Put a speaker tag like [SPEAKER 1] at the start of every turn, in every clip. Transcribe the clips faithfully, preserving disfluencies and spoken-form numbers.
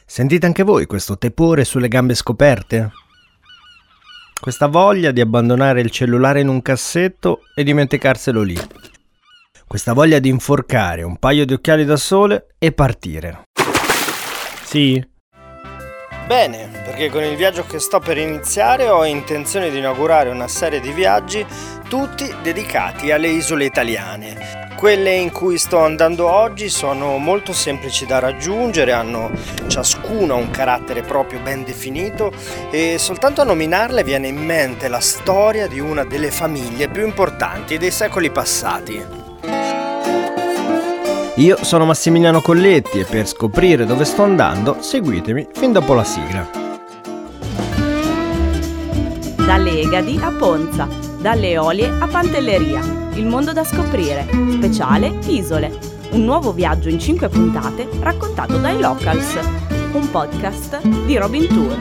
[SPEAKER 1] Sentite anche voi questo tepore sulle gambe scoperte? Questa voglia di abbandonare il cellulare in un cassetto e dimenticarselo lì. Questa voglia di inforcare un paio di occhiali da sole e partire. Sì?
[SPEAKER 2] Bene, perché con il viaggio che sto per iniziare ho intenzione di inaugurare una serie di viaggi tutti dedicati alle isole italiane. Quelle in cui sto andando oggi sono molto semplici da raggiungere, hanno ciascuna un carattere proprio ben definito e soltanto a nominarle viene in mente la storia di una delle famiglie più importanti dei secoli passati.
[SPEAKER 1] Io sono Massimiliano Colletti e per scoprire dove sto andando seguitemi fin dopo la sigla.
[SPEAKER 3] Dalle Egadi a Ponza, dalle Eolie a Pantelleria, il mondo da scoprire, speciale Isole, un nuovo viaggio in cinque puntate raccontato dai Locals, un podcast di Robin Tour.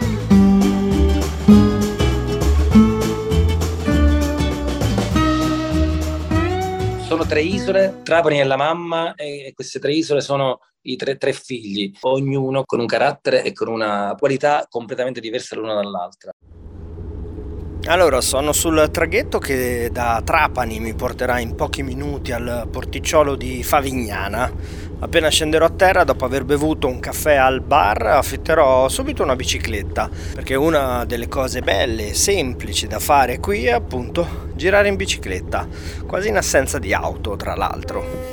[SPEAKER 4] Sono tre isole, Trapani è la mamma e queste tre isole sono i tre, tre figli, ognuno con un carattere e con una qualità completamente diversa l'una dall'altra.
[SPEAKER 2] Allora, sono sul traghetto che da Trapani mi porterà in pochi minuti al porticciolo di Favignana. Appena scenderò a terra, dopo aver bevuto un caffè al bar, affitterò subito una bicicletta, perché una delle cose belle e semplici da fare qui è appunto girare in bicicletta, quasi in assenza di auto, tra l'altro.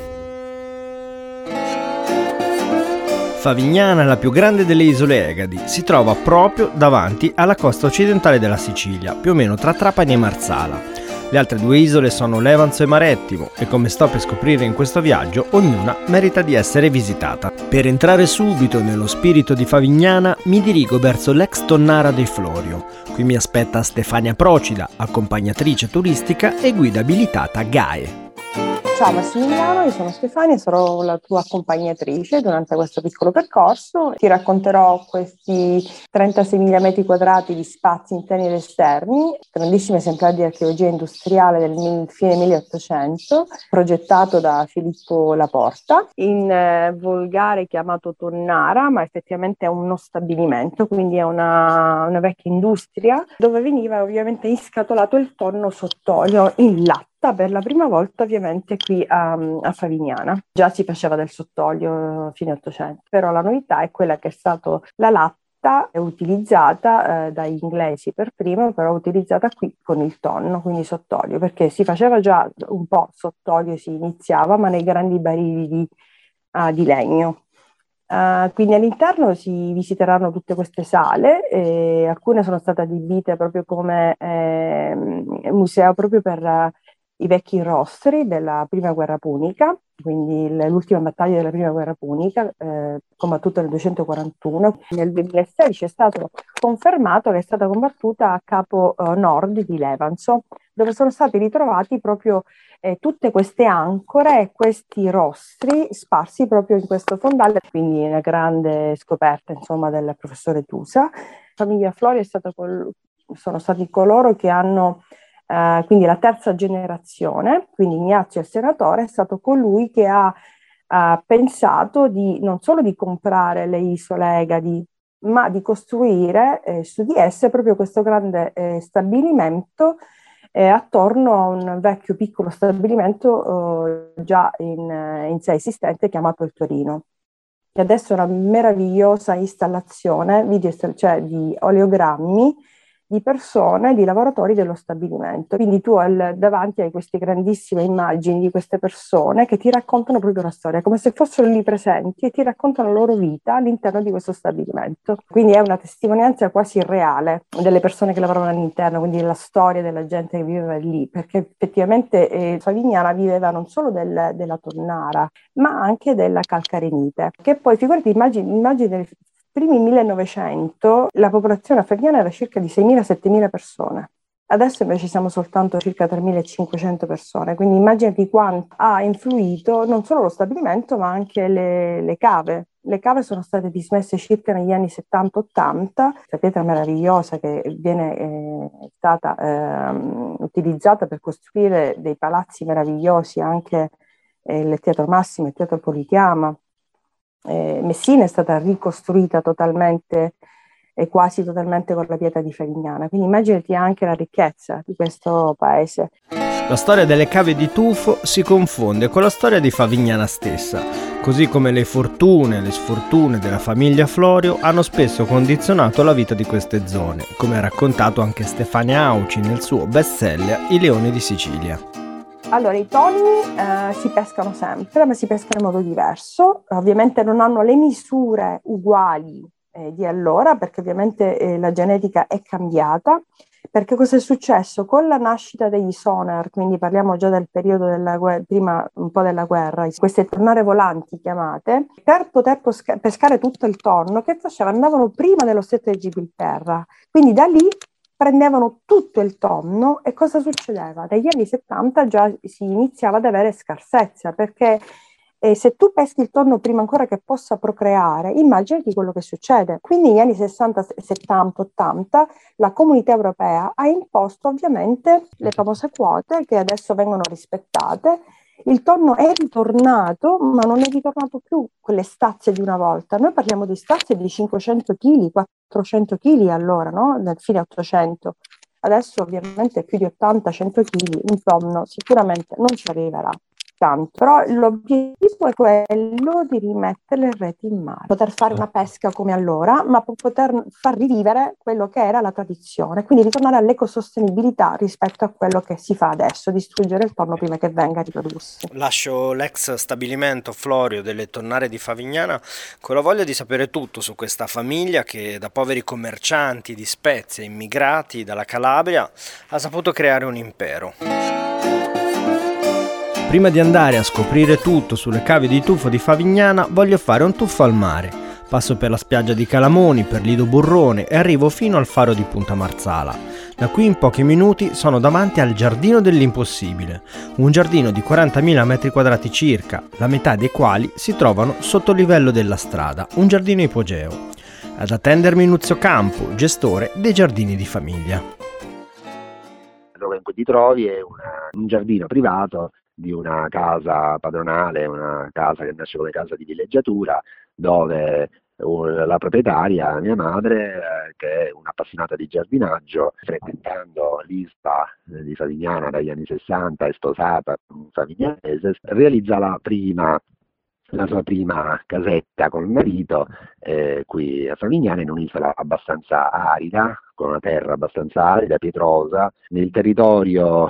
[SPEAKER 1] Favignana è la più grande delle isole Egadi, si trova proprio davanti alla costa occidentale della Sicilia, più o meno tra Trapani e Marsala. Le altre due isole sono Levanzo e Marettimo e come sto per scoprire in questo viaggio, ognuna merita di essere visitata. Per entrare subito nello spirito di Favignana mi dirigo verso l'ex Tonnara dei Florio. Qui mi aspetta Stefania Procida, accompagnatrice turistica e guida abilitata G A E.
[SPEAKER 5] Ciao Massimiliano, io sono Stefania e sarò la tua accompagnatrice durante questo piccolo percorso. Ti racconterò questi trentaseimila metri quadrati di spazi interni ed esterni, grandissimo esemplare di archeologia industriale del fine milleottocento, progettato da Filippo Laporta, in eh, volgare chiamato Tonnara, ma effettivamente è uno stabilimento, quindi è una, una vecchia industria dove veniva ovviamente inscatolato il tonno sott'olio in latta. Per la prima volta ovviamente qui a, a Favignana. Già si faceva del sott'olio a fine Ottocento, però la novità è quella che è stato la latta è utilizzata eh, dagli inglesi per primo, però utilizzata qui con il tonno, quindi sott'olio, perché si faceva già un po' sott'olio, si iniziava, ma nei grandi barili di, uh, di legno. Uh, quindi all'interno si visiteranno tutte queste sale, e alcune sono state adibite proprio come eh, museo proprio per uh, i vecchi rostri della prima guerra punica, quindi l'ultima battaglia della prima guerra punica, eh, combattuta nel duecentoquarantuno. Nel duemilasedici è stato confermato che è stata combattuta a capo eh, nord di Levanzo, dove sono stati ritrovati proprio eh, tutte queste ancore e questi rostri sparsi proprio in questo fondale, quindi una grande scoperta insomma del professore Tusa. La famiglia Flori è stata col- sono stati coloro che hanno Uh, quindi la terza generazione, quindi Ignazio il senatore, è stato colui che ha uh, pensato di non solo di comprare le isole Egadi, ma di costruire eh, su di esse proprio questo grande eh, stabilimento eh, attorno a un vecchio piccolo stabilimento eh, già in, in sé esistente chiamato il Torino. E adesso è una meravigliosa installazione video, cioè di oleogrammi di persone, di lavoratori dello stabilimento. Quindi tu al, davanti hai queste grandissime immagini di queste persone che ti raccontano proprio la storia, come se fossero lì presenti e ti raccontano la loro vita all'interno di questo stabilimento. Quindi è una testimonianza quasi reale delle persone che lavorano all'interno, quindi la storia della gente che viveva lì, perché effettivamente eh, Favignana viveva non solo del, della tonnara, ma anche della calcarenite, che poi figurati, immagini, immagini primi millenovecento la popolazione a Favignana era circa di seimila settemila persone. Adesso invece siamo soltanto circa tremilacinquecento persone, quindi immaginati quanto ha influito non solo lo stabilimento ma anche le, le cave. Le cave sono state dismesse circa negli anni settanta ottanta, la pietra meravigliosa che viene eh, stata eh, utilizzata per costruire dei palazzi meravigliosi, anche eh, il Teatro Massimo, il Teatro Politeama, Eh, Messina è stata ricostruita totalmente e quasi totalmente con la pietra di Favignana, quindi immaginati anche la ricchezza di questo paese.
[SPEAKER 1] La storia delle cave di tufo si confonde con la storia di Favignana stessa, così come le fortune e le sfortune della famiglia Florio hanno spesso condizionato la vita di queste zone, come ha raccontato anche Stefania Auci nel suo bestseller I leoni di Sicilia.
[SPEAKER 5] Allora, i tonni eh, si pescano sempre, ma si pescano in modo diverso. Ovviamente non hanno le misure uguali eh, di allora, perché ovviamente eh, la genetica è cambiata. Perché cosa è successo? Con la nascita degli sonar, quindi parliamo già del periodo della guerra, prima un po' della guerra, queste tornare volanti chiamate, per poter pesca- pescare tutto il tonno, che facevano? Andavano prima dello stretto di Gibilterra. Quindi da lì prendevano tutto il tonno e cosa succedeva? Dagli anni settanta già si iniziava ad avere scarsezza, perché eh, se tu peschi il tonno prima ancora che possa procreare, immaginati quello che succede. Quindi negli anni sessanta, settanta, ottanta la Comunità Europea ha imposto ovviamente le famose quote che adesso vengono rispettate. Il tonno è ritornato, ma non è ritornato più quelle stazze di una volta. Noi parliamo di stazze di cinquecento chili, quattrocento chili allora, no? Nel fine ottocento. Adesso ovviamente più di ottanta cento chili, un tonno sicuramente non ci arriverà tanto. Però l'obiettivo è quello di rimettere le reti in mare, poter fare una pesca come allora, ma poter far rivivere quello che era la tradizione, quindi ritornare all'ecosostenibilità rispetto a quello che si fa adesso, distruggere il tonno prima che venga riprodursi.
[SPEAKER 2] Lascio l'ex stabilimento Florio delle Tonnare di Favignana con la voglia di sapere tutto su questa famiglia che da poveri commercianti di spezie immigrati dalla Calabria ha saputo creare un impero.
[SPEAKER 1] Prima di andare a scoprire tutto sulle cave di tufo di Favignana, voglio fare un tuffo al mare. Passo per la spiaggia di Calamoni, per Lido Burrone e arrivo fino al faro di Punta Marsala. Da qui in pochi minuti sono davanti al Giardino dell'Impossibile, un giardino di quarantamila metri quadrati circa, la metà dei quali si trovano sotto il livello della strada, un giardino ipogeo. Ad attendermi Nuzio Campo, gestore dei giardini di famiglia.
[SPEAKER 6] Dove in cui ti trovi è una, un giardino privato di una casa padronale, una casa che nasce come casa di villeggiatura, dove la proprietaria, mia madre, eh, che è un'appassionata di giardinaggio, frequentando l'I S P A di Favignana dagli anni sessanta, è sposata con un favignanese, realizza la prima la sua prima casetta col marito eh, qui a Favignana, in un'isola abbastanza arida, con una terra abbastanza arida, pietrosa. Nel territorio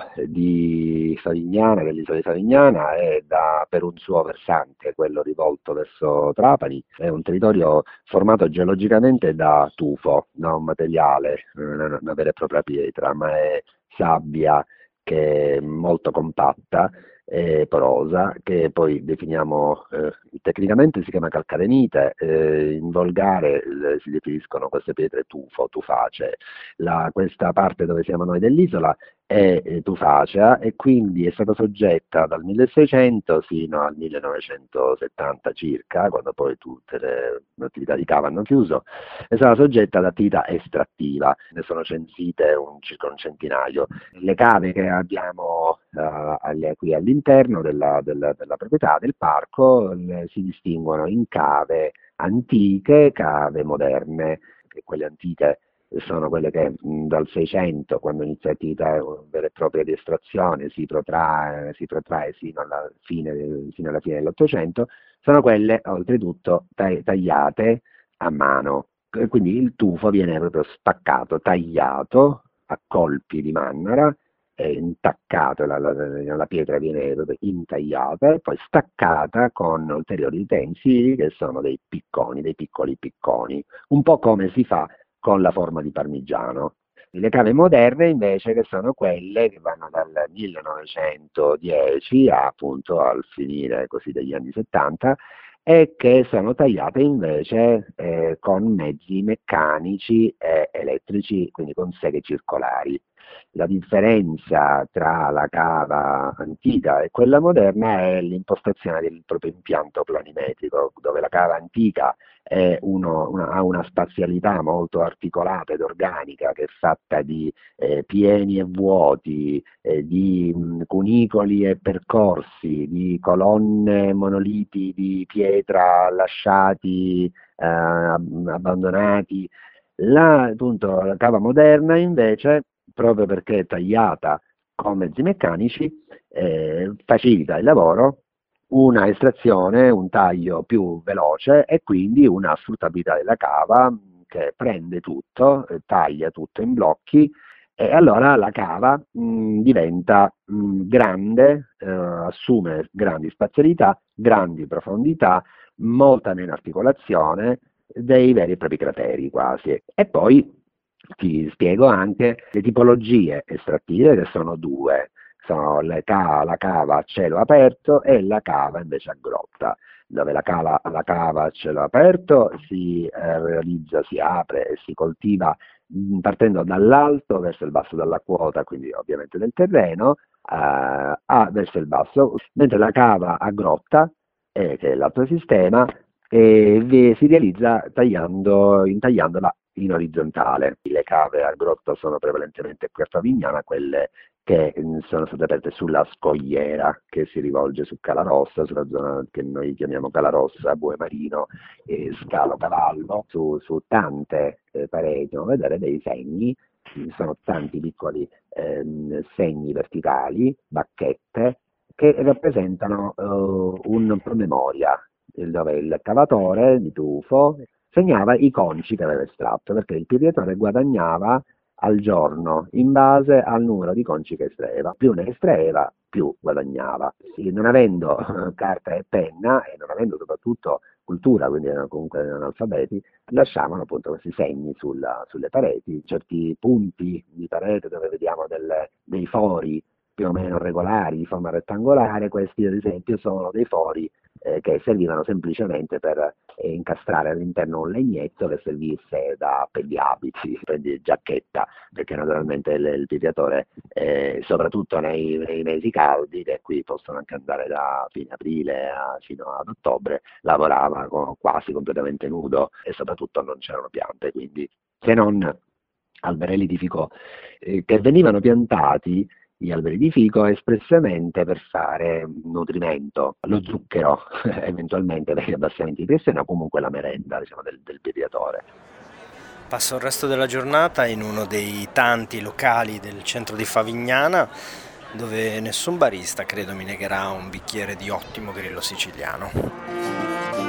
[SPEAKER 6] di Favignana, dell'isola di Favignana, è da, per un suo versante, quello rivolto verso Trapani, è un territorio formato geologicamente da tufo, da un materiale, non è una vera e propria pietra, ma è sabbia che è molto compatta e porosa, che poi definiamo eh, tecnicamente si chiama calcarenite, eh, in volgare eh, si definiscono queste pietre tufo, tufacee. La, questa parte dove siamo noi dell'isola è eh, tufacea e quindi è stata soggetta dal milleseicento fino al millenovecentosettanta circa, quando poi tutte le attività di cava hanno chiuso, è stata soggetta ad attività estrattiva. Ne sono censite un, circa un centinaio. Le cave che abbiamo uh, alle, qui all'interno della, della, della proprietà del parco le, si distinguono in cave antiche, cave moderne. E quelle antiche sono quelle che mh, dal Seicento, quando inizia l'attività vera e propria di estrazione, si protrae, si protrae fino alla fine, fino alla fine dell'Ottocento, sono quelle oltretutto tagliate a mano. Quindi il tufo viene proprio spaccato, tagliato a colpi di mannara, è intaccato, la, la, la pietra viene proprio intagliata e poi staccata con ulteriori utensili che sono dei picconi, dei piccoli picconi, un po' come si fa con la forma di parmigiano. Le cave moderne invece, che sono quelle che vanno dal millenovecentodieci appunto al finire così degli anni settanta, e che sono tagliate invece eh, con mezzi meccanici e elettrici, quindi con seghe circolari. La differenza tra la cava antica e quella moderna è l'impostazione del proprio impianto planimetrico, dove la cava antica è uno, una, ha una spazialità molto articolata ed organica, che è fatta di eh, pieni e vuoti, eh, di mh, cunicoli e percorsi, di colonne monoliti di pietra lasciati, eh, abbandonati. La, appunto, la cava moderna invece, proprio perché è tagliata con mezzi meccanici, eh, facilita il lavoro, una estrazione, un taglio più veloce e quindi una sfruttabilità della cava che prende tutto, eh, taglia tutto in blocchi, e allora la cava mh, diventa mh, grande, eh, assume grandi spazialità, grandi profondità, molta meno articolazione, dei veri e propri crateri quasi. E poi ti spiego anche le tipologie estrattive, che sono due. Sono le ca- la cava a cielo aperto e la cava invece a grotta, dove la cava, la cava a cielo aperto si eh, realizza, si apre e si coltiva mh, partendo dall'alto verso il basso della quota, quindi ovviamente del terreno, eh, a, verso il basso, mentre la cava a grotta, eh, che è l'altro sistema, e vi- si realizza tagliando, intagliandola in orizzontale. Le cave a grotta sono prevalentemente qui a Favignana, quelle che mh, sono state aperte sulla scogliera che si rivolge su Cala Rossa, sulla zona che noi chiamiamo Cala Rossa, Bue Marino e Scalo Cavallo. Su, su tante eh, pareti possiamo vedere dei segni, ci sono tanti piccoli ehm, segni verticali, bacchette, che rappresentano eh, un promemoria, dove il cavatore di tufo segnava i conci che aveva estratto, perché il piegatore guadagnava al giorno in base al numero di conci che estraeva. Più ne estraeva, più guadagnava. Sì, non avendo eh, carta e penna e non avendo soprattutto cultura, quindi erano comunque analfabeti, lasciavano appunto questi segni sulla, sulle pareti, certi punti di parete dove vediamo delle, dei fori più o meno regolari, di forma rettangolare. Questi ad esempio sono dei fori eh, che servivano semplicemente per eh, incastrare all'interno un legnetto che servisse da appendiabiti, quindi giacchetta, perché naturalmente il, il piegatore, eh, soprattutto nei, nei mesi caldi, che qui possono anche andare da fine aprile a, fino ad ottobre, lavorava con, quasi completamente nudo e soprattutto non c'erano piante, quindi se non alberelli di fico eh, che venivano piantati, gli alberi di fico, espressamente per fare nutrimento, lo zucchero eventualmente per gli abbassamenti di pressione, o comunque la merenda, diciamo, del, del piegatore.
[SPEAKER 2] Passo il resto della giornata in uno dei tanti locali del centro di Favignana, dove nessun barista credo mi negherà un bicchiere di ottimo grillo siciliano.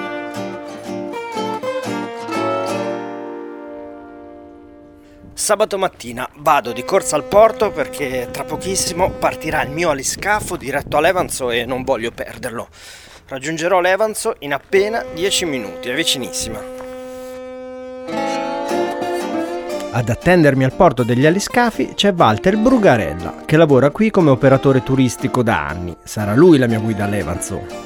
[SPEAKER 2] Sabato mattina vado di corsa al porto perché tra pochissimo partirà il mio aliscafo diretto a Levanzo e non voglio perderlo. Raggiungerò Levanzo in appena dieci minuti, è vicinissima.
[SPEAKER 1] Ad attendermi al porto degli aliscafi c'è Walter Brugarella, che lavora qui come operatore turistico da anni. Sarà lui la mia guida a Levanzo.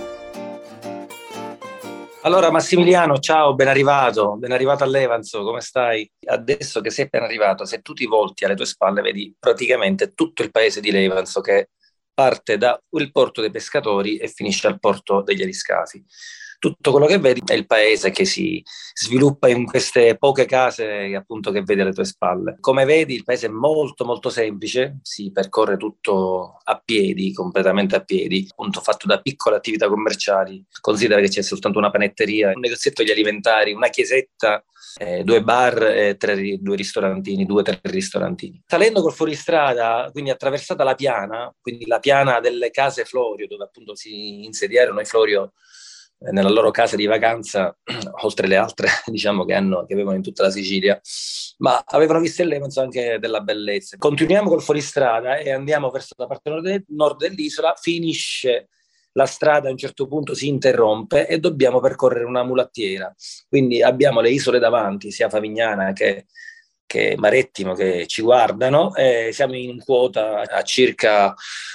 [SPEAKER 4] Allora Massimiliano, ciao, ben arrivato, ben arrivato a Levanzo, come stai? Adesso che sei appena arrivato, se tu ti volti alle tue spalle vedi praticamente tutto il paese di Levanzo, che parte dal porto dei pescatori e finisce al porto degli aliscafi. Tutto quello che vedi è il paese che si sviluppa in queste poche case appunto che vedi alle tue spalle. Come vedi il paese è molto molto semplice, si percorre tutto a piedi, completamente a piedi, appunto fatto da piccole attività commerciali. Considera che c'è soltanto una panetteria, un negozietto di alimentari, una chiesetta, eh, due bar e tre, due ristorantini, due o tre ristorantini. Salendo col fuoristrada, quindi attraversata la piana, quindi la piana delle case Florio, dove appunto si insediarono i Florio nella loro casa di vacanza, oltre le altre diciamo che, hanno, che avevano in tutta la Sicilia, ma avevano visto in Levanzo anche della bellezza. Continuiamo col fuoristrada e andiamo verso la parte nord, nord dell'isola, finisce la strada, a un certo punto si interrompe e dobbiamo percorrere una mulattiera, quindi abbiamo le isole davanti, sia Favignana che che Marettimo che ci guardano. Eh, siamo in quota a circa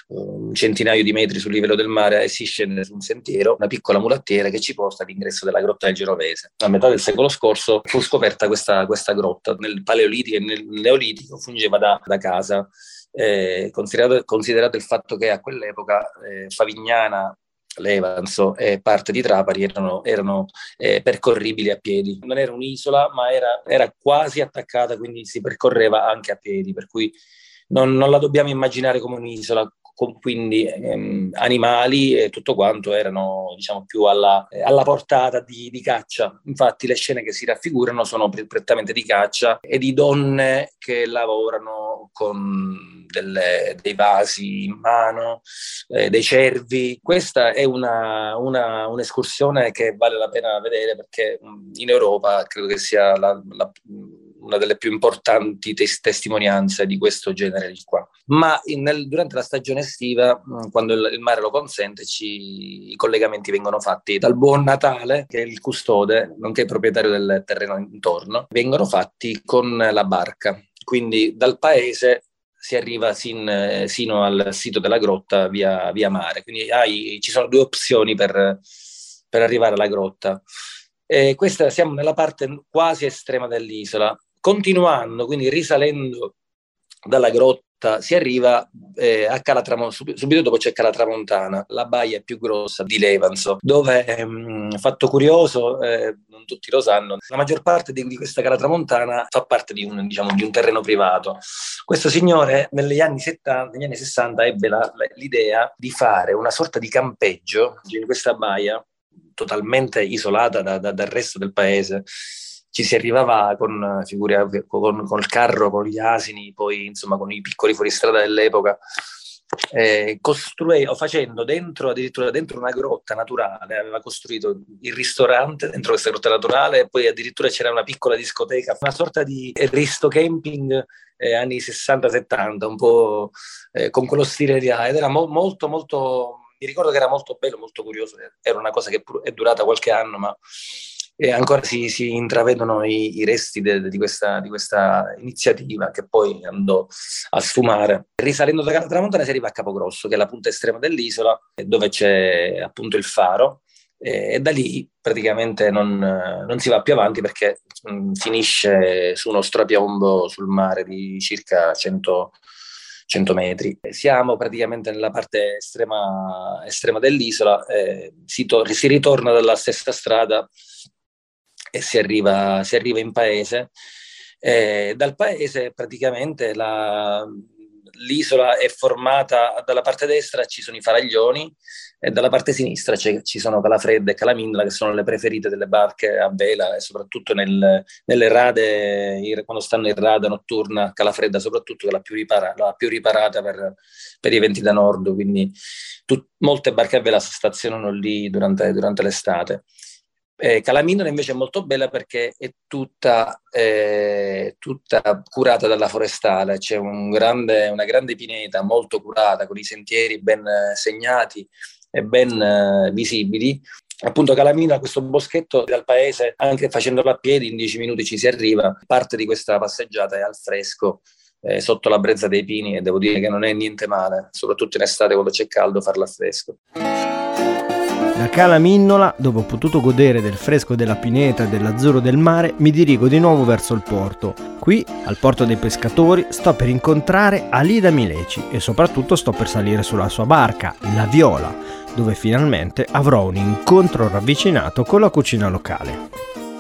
[SPEAKER 4] un centinaio di metri sul livello del mare e si scende su un sentiero, una piccola mulattiera che ci porta all'ingresso della grotta del Genovese. A metà del secolo scorso fu scoperta questa, questa grotta. Nel Paleolitico e nel Neolitico fungeva da, da casa. Eh, considerato, considerato il fatto che a quell'epoca eh, Favignana, Levanzo e parte di Trapani erano, erano eh, percorribili a piedi. Non era un'isola, ma era, era quasi attaccata, quindi si percorreva anche a piedi, per cui non, non la dobbiamo immaginare come un'isola, con, quindi ehm, animali e tutto quanto erano, diciamo, più alla, eh, alla portata di, di caccia. Infatti le scene che si raffigurano sono prettamente di caccia e di donne che lavorano con delle, dei vasi in mano, eh, dei cervi. Questa è una, una, un'escursione che vale la pena vedere, perché in Europa credo che sia la, la, una delle più importanti tes- testimonianze di questo genere di qua. Ma in, nel, durante la stagione estiva, quando il, il mare lo consente, ci, i collegamenti vengono fatti dal Buon Natale, che è il custode, nonché il proprietario del terreno intorno, vengono fatti con la barca. Quindi dal paese si arriva sin, sino al sito della grotta via, via mare. Quindi hai, ci sono due opzioni per, per arrivare alla grotta. E questa, siamo nella parte quasi estrema dell'isola. Continuando, quindi risalendo dalla grotta, si arriva eh, a Cala Tramontana. Subito dopo c'è Cala Tramontana, la baia più grossa di Levanzo, dove, ehm, fatto curioso, eh, non tutti lo sanno, la maggior parte di, di questa Cala Tramontana fa parte di un, diciamo, di un terreno privato. Questo signore negli anni settanta, negli anni sessanta ebbe la, l'idea di fare una sorta di campeggio in questa baia totalmente isolata da, da, dal resto del paese. Ci si arrivava con, figure, con, con il carro, con gli asini, poi insomma con i piccoli fuoristrada dell'epoca, eh, costruendo, facendo dentro, addirittura dentro una grotta naturale, aveva costruito il ristorante dentro questa grotta naturale, e poi addirittura c'era una piccola discoteca, una sorta di risto camping eh, anni sessanta settanta, un po' eh, con quello stile di là, ed era mo- molto molto, mi ricordo che era molto bello, molto curioso, era una cosa che è durata qualche anno, ma e ancora si, si intravedono i, i resti de, di, questa, di questa iniziativa, che poi andò a sfumare. Risalendo da Cala Tramontana si arriva a Capogrosso, che è la punta estrema dell'isola, dove c'è appunto il faro, e, e da lì praticamente non, non si va più avanti, perché mh, finisce su uno strapiombo sul mare di circa cento metri. Siamo praticamente nella parte estrema, estrema dell'isola, eh, si, to- si ritorna dalla stessa strada e si arriva, si arriva in paese. Eh, dal paese praticamente la, l'isola è formata, dalla parte destra ci sono i faraglioni e dalla parte sinistra ci sono Calafredda e Calamindola, che sono le preferite delle barche a vela, e soprattutto nel, nelle rade, quando stanno in rada notturna, Calafredda soprattutto, che è la più, ripara, la più riparata per, per i venti da nord, quindi tut, molte barche a vela si stazionano lì durante, durante l'estate. Eh, Calamindola invece è molto bella perché è tutta, eh, tutta curata dalla forestale, c'è un grande, una grande pineta molto curata, con i sentieri ben eh, segnati e ben eh, visibili. Appunto Calamindola, questo boschetto dal paese, anche facendolo a piedi in dieci minuti ci si arriva. Parte di questa passeggiata è al fresco, eh, sotto la brezza dei pini, e devo dire che non è niente male, soprattutto in estate quando c'è caldo, farla a fresco.
[SPEAKER 1] Da Calamindola, dopo ho potuto godere del fresco della pineta e dell'azzurro del mare, mi dirigo di nuovo verso il porto. Qui, al Porto dei Pescatori, sto per incontrare Alida Mileci e soprattutto sto per salire sulla sua barca, la Viola, dove finalmente avrò un incontro ravvicinato con la cucina locale.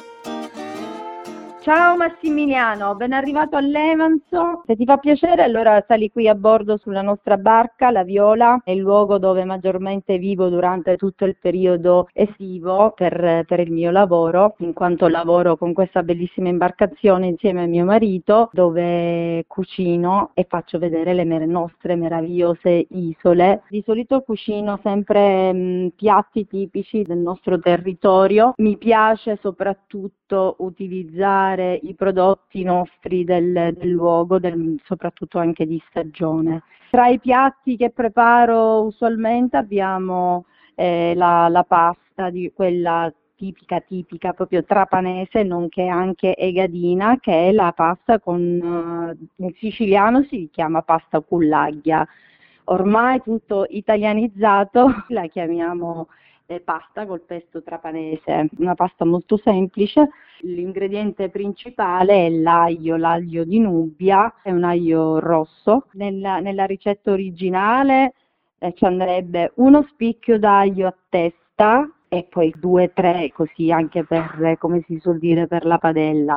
[SPEAKER 7] Ciao Massimiliano, ben arrivato a Levanzo. Se ti fa piacere, allora sali qui a bordo sulla nostra barca, la Viola, è il luogo dove maggiormente vivo durante tutto il periodo estivo per, per il mio lavoro, in quanto lavoro con questa bellissima imbarcazione insieme a mio marito, dove cucino e faccio vedere le mer- nostre meravigliose isole. Di solito cucino sempre mh, piatti tipici del nostro territorio. Mi piace soprattutto utilizzare i prodotti nostri del, del luogo, del, soprattutto anche di stagione. Tra i piatti che preparo usualmente abbiamo eh, la, la pasta, di quella tipica, tipica, proprio trapanese, nonché anche egadina, che è la pasta con, uh, in siciliano si chiama pasta cullaglia. Ormai tutto italianizzato, la chiamiamo eh, pasta col pesto trapanese, una pasta molto semplice. L'ingrediente principale è l'aglio, l'aglio di Nubia, è un aglio rosso. Nella, nella ricetta originale eh, ci andrebbe uno spicchio d'aglio a testa e poi due, tre, così anche per, come si suol dire, per la padella.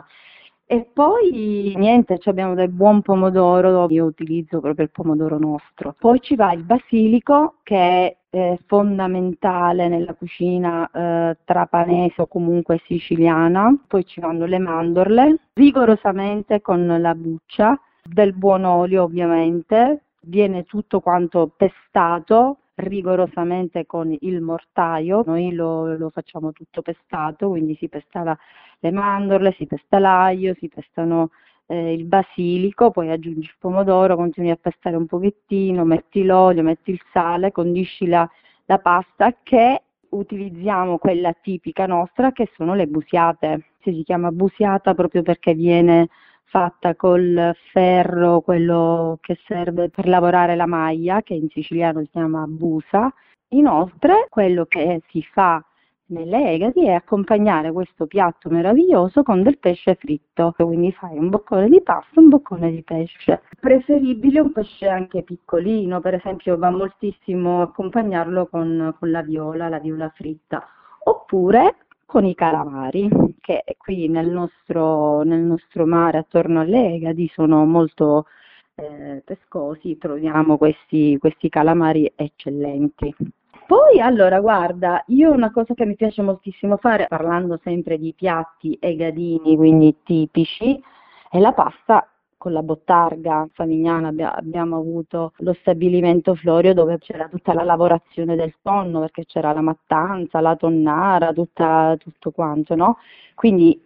[SPEAKER 7] E poi niente, abbiamo del buon pomodoro, io utilizzo proprio il pomodoro nostro. Poi ci va il basilico, che è eh, fondamentale nella cucina eh, trapanese o comunque siciliana. Poi ci vanno le mandorle, rigorosamente con la buccia, del buon olio ovviamente. Viene tutto quanto pestato rigorosamente con il mortaio, noi lo, lo facciamo tutto pestato, quindi si pesta le mandorle, si pesta l'aglio, si pestano eh, il basilico, poi aggiungi il pomodoro, continui a pestare un pochettino, metti l'olio, metti il sale, condisci la, la pasta, che utilizziamo quella tipica nostra, che sono le busiate. Si chiama busiata proprio perché viene fatta col ferro, quello che serve per lavorare la maglia, che in siciliano si chiama busa. Inoltre, quello che si fa nelle Egadi è accompagnare questo piatto meraviglioso con del pesce fritto. Quindi fai un boccone di pasta, un boccone di pesce. Preferibile un pesce anche piccolino, per esempio va moltissimo accompagnarlo con, con la viola, la viola fritta, oppure con i calamari, che qui nel nostro, nel nostro mare attorno alle Egadi sono molto eh, pescosi, troviamo questi, questi calamari eccellenti. Poi allora guarda, io una cosa che mi piace moltissimo fare, parlando sempre di piatti egadini, quindi tipici, è la pasta con la bottarga. A Favignana abbiamo avuto lo stabilimento Florio, dove c'era tutta la lavorazione del tonno, perché c'era la mattanza, la tonnara, tutta, tutto quanto, no? Quindi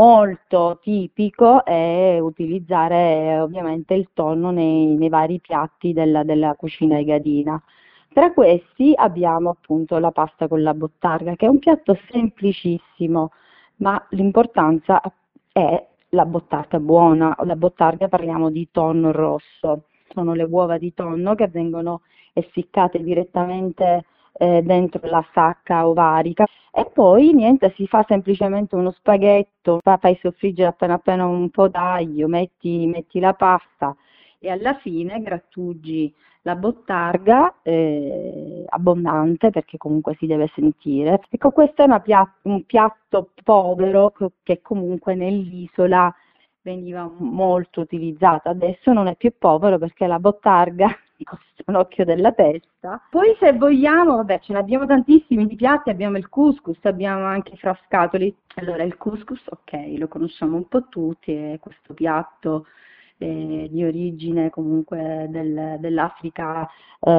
[SPEAKER 7] molto tipico è utilizzare ovviamente il tonno nei, nei vari piatti della, della cucina egadina. Tra questi abbiamo appunto la pasta con la bottarga, che è un piatto semplicissimo, ma l'importanza è la bottarga buona. La bottarga, parliamo di tonno rosso, sono le uova di tonno che vengono essiccate direttamente eh, dentro la sacca ovarica, e poi niente, si fa semplicemente uno spaghetto, fai soffriggere appena appena un po' d'aglio, metti, metti la pasta e alla fine grattugi la bottarga eh, abbondante, perché comunque si deve sentire. Ecco, questo è una piatto, un piatto povero che comunque nell'isola veniva molto utilizzato. Adesso non è più povero perché la bottarga costa un occhio della testa. Poi se vogliamo, vabbè, ce ne abbiamo tantissimi di piatti, abbiamo il couscous, abbiamo anche i frascatoli. Allora il couscous, ok, lo conosciamo un po' tutti, è questo piatto Eh, di origine comunque del, dell'Africa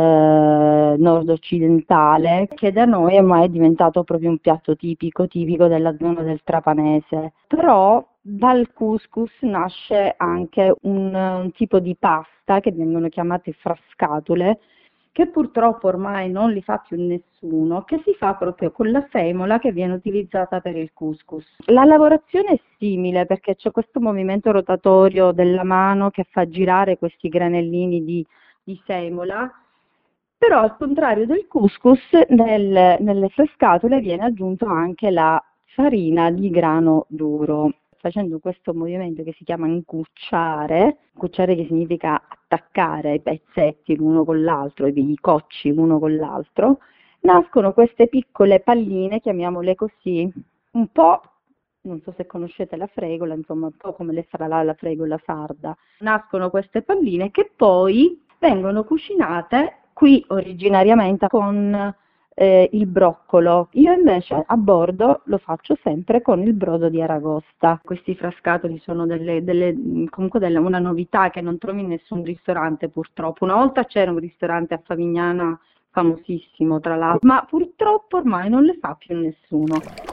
[SPEAKER 7] eh, nord-occidentale, che da noi ormai è diventato proprio un piatto tipico, tipico della zona del Trapanese. Però dal couscous nasce anche un, un tipo di pasta che vengono chiamate frascatule, che purtroppo ormai non li fa più nessuno, che si fa proprio con la semola che viene utilizzata per il couscous. La lavorazione è simile, perché c'è questo movimento rotatorio della mano che fa girare questi granellini di, di semola, però al contrario del couscous nel, nelle frascatule viene aggiunto anche la farina di grano duro, facendo questo movimento che si chiama incucciare, incucciare che significa attaccare i pezzetti l'uno con l'altro, i cocci l'uno con l'altro, nascono queste piccole palline, chiamiamole così, un po', non so se conoscete la fregola, insomma un po' come le farà la, la fregola sarda. Nascono queste palline che poi vengono cucinate qui originariamente con Eh, il broccolo. Io invece a bordo lo faccio sempre con il brodo di aragosta. Questi frascatoli sono delle, delle, comunque delle, una novità che non trovi in nessun ristorante purtroppo. Una volta c'era un ristorante a Favignana famosissimo tra l'altro, ma purtroppo ormai non le fa più nessuno.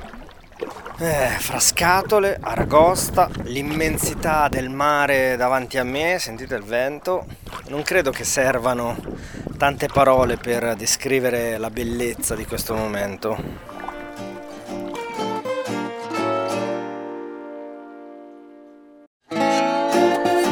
[SPEAKER 2] Eh, frascatole, aragosta, l'immensità del mare davanti a me, sentite il vento. Non credo che servano tante parole per descrivere la bellezza di questo momento.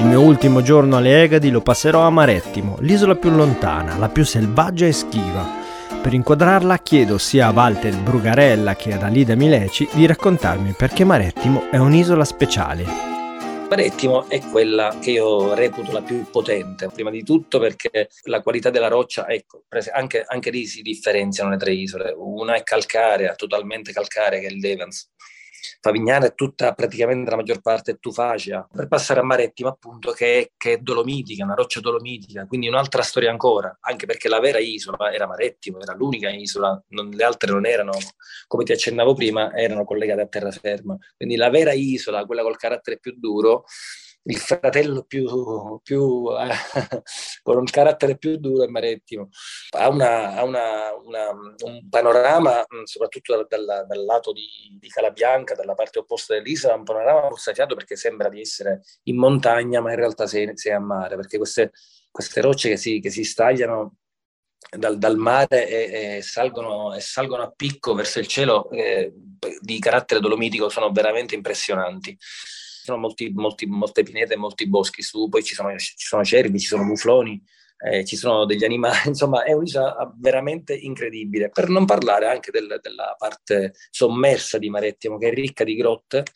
[SPEAKER 1] Il mio ultimo giorno alle Egadi lo passerò a Marettimo, l'isola più lontana, la più selvaggia e schiva. Per inquadrarla chiedo sia a Walter Brugarella che ad Alida Mileci di raccontarmi perché Marettimo è un'isola speciale.
[SPEAKER 4] Marettimo è quella che io reputo la più potente, prima di tutto perché la qualità della roccia, ecco, anche, anche lì si differenziano le tre isole. Una è calcarea, totalmente calcarea, che è il Levens. Favignana è tutta, praticamente la maggior parte è tufacea, per passare a Marettimo appunto che è, che è dolomitica, una roccia dolomitica, quindi un'altra storia ancora, anche perché la vera isola era Marettimo, era l'unica isola, non, le altre non erano, come ti accennavo prima, erano collegate a terraferma, quindi la vera isola, quella col carattere più duro, il fratello più, più eh, con un carattere più duro è Marettimo. Ha, una, ha una, una, un panorama, soprattutto dal, dal, dal lato di, di Calabianca, dalla parte opposta dell'isola, un panorama mozzafiato perché sembra di essere in montagna, ma in realtà sei, sei a mare, perché queste, queste rocce che si, che si stagliano dal, dal mare e, e, salgono, e salgono a picco verso il cielo eh, di carattere dolomitico sono veramente impressionanti. Ci sono molti, molti, molte pinete e molti boschi su, poi ci sono, ci sono cervi, ci sono mufloni, eh, ci sono degli animali, insomma è un'isola veramente incredibile. Per non parlare anche del, della parte sommersa di Marettimo, che è ricca di grotte,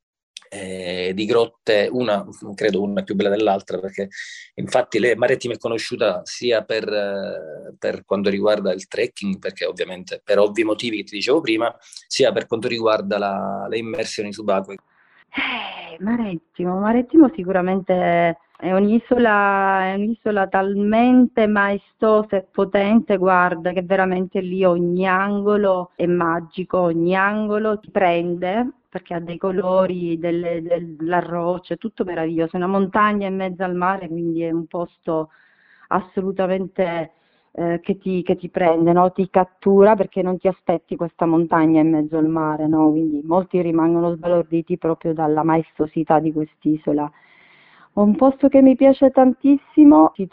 [SPEAKER 4] eh, di grotte, una credo una più bella dell'altra, perché infatti le, Marettimo è conosciuta sia per, eh, per quanto riguarda il trekking, perché ovviamente per ovvi motivi che ti dicevo prima, sia per quanto riguarda la, le immersioni subacquee.
[SPEAKER 7] Eh, Marettimo, Marettimo sicuramente è un'isola, è un'isola talmente maestosa e potente, guarda, che veramente lì ogni angolo è magico, ogni angolo ti prende, perché ha dei colori, delle, della roccia, è tutto meraviglioso, è una montagna in mezzo al mare, quindi è un posto assolutamente eh, che, ti, che ti prende, no? Ti cattura, perché non ti aspetti questa montagna in mezzo al mare, no? Quindi molti rimangono sbalorditi proprio dalla maestosità di quest'isola. Un posto che mi piace tantissimo si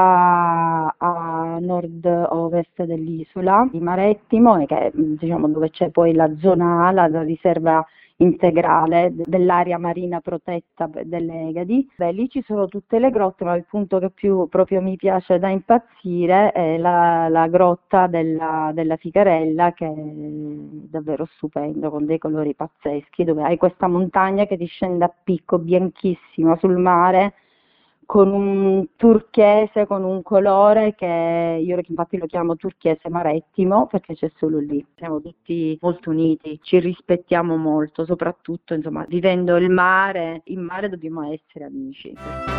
[SPEAKER 7] trova a nord-ovest dell'isola di Marettimo, e che, diciamo, dove c'è poi la zona A, la riserva integrale dell'area marina protetta delle Egadi. Beh, lì ci sono tutte le grotte, ma il punto che più proprio mi piace da impazzire è la, la grotta della, della Ficarella, che è davvero stupendo, con dei colori pazzeschi, dove hai questa montagna che ti scende a picco, bianchissima sul mare, con un turchese, con un colore che io infatti lo chiamo turchese Marettimo, perché c'è solo lì. Siamo tutti molto uniti, ci rispettiamo molto, soprattutto, insomma, vivendo il mare, in mare dobbiamo essere amici.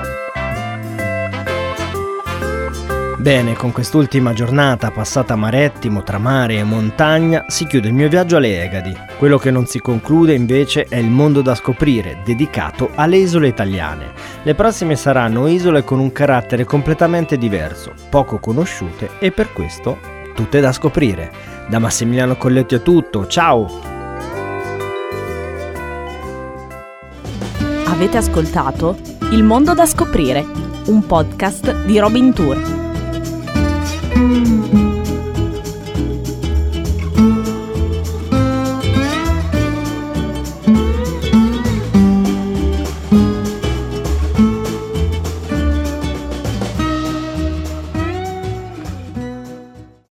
[SPEAKER 1] Bene, con quest'ultima giornata passata a Marettimo tra mare e montagna si chiude il mio viaggio alle Egadi. Quello che non si conclude invece è il mondo da scoprire, dedicato alle isole italiane. Le prossime saranno isole con un carattere completamente diverso, poco conosciute e per questo tutte da scoprire. Da Massimiliano Colletti è tutto, ciao!
[SPEAKER 3] Avete ascoltato Il mondo da scoprire, un podcast di Robin Tour.